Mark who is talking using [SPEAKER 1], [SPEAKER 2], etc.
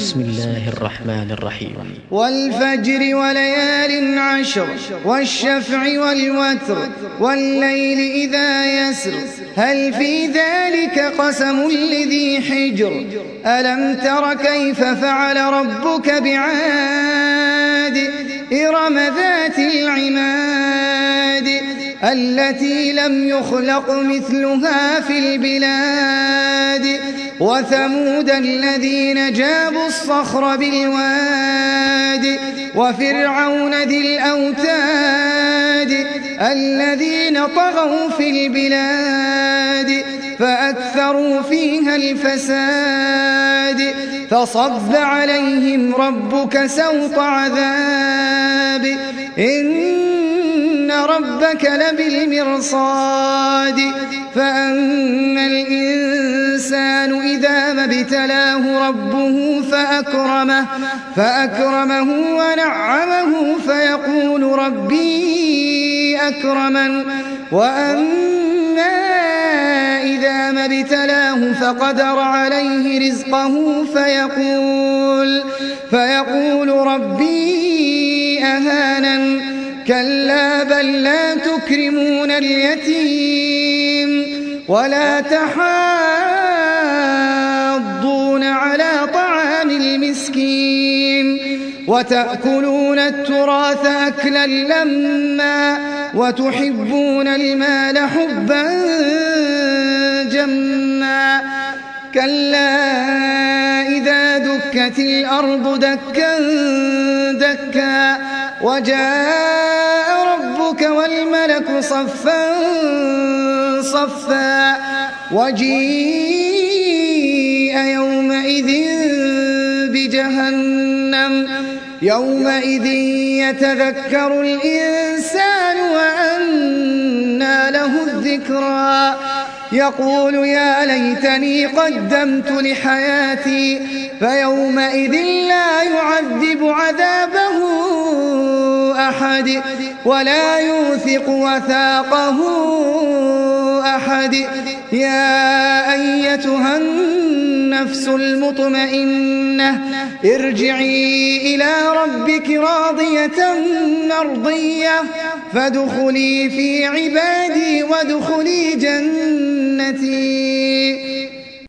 [SPEAKER 1] بسم الله الرحمن الرحيم.
[SPEAKER 2] والفجر وليال عشر والشفع والوتر والليل إذا يسر هل في ذلك قسم لذي حجر ألم تر كيف فعل ربك بعاد إرم ذات العماد التي لم يخلق مثلها في البلاد وثمود الذين جابوا الصخر بالواد وفرعون ذي الأوتاد الذين طغوا في البلاد فأكثروا فيها الفساد فصب عليهم ربك سوط عذاب إن ربك لبالمرصاد فأما الإنسان إذا ما ابتلاه ربه فأكرمه ونعمه فيقول ربي أكرمن وأما إذا ما ابتلاه فقدر عليه رزقه فيقول ربي أهانن كلا بل لا تكرمون اليتيم ولا تحاضون على طعام المسكين وتأكلون التراث أكلا لما وتحبون المال حبا جما كلا إذا دكت الأرض دكا دكا وجاء ربك والملك صفا صفا وجيء يومئذ بجهنم يومئذ يتذكر الإنسان وأنى له الذكرى يقول يا ليتني قدمت لحياتي فيومئذ لا يعذب عذابه أحد ولا يوثق وثاقه أحد يا أيتها النفس المطمئنة ارجعي إلى ربك راضية مرضية فادخلي في عبادي وادخلي جنتي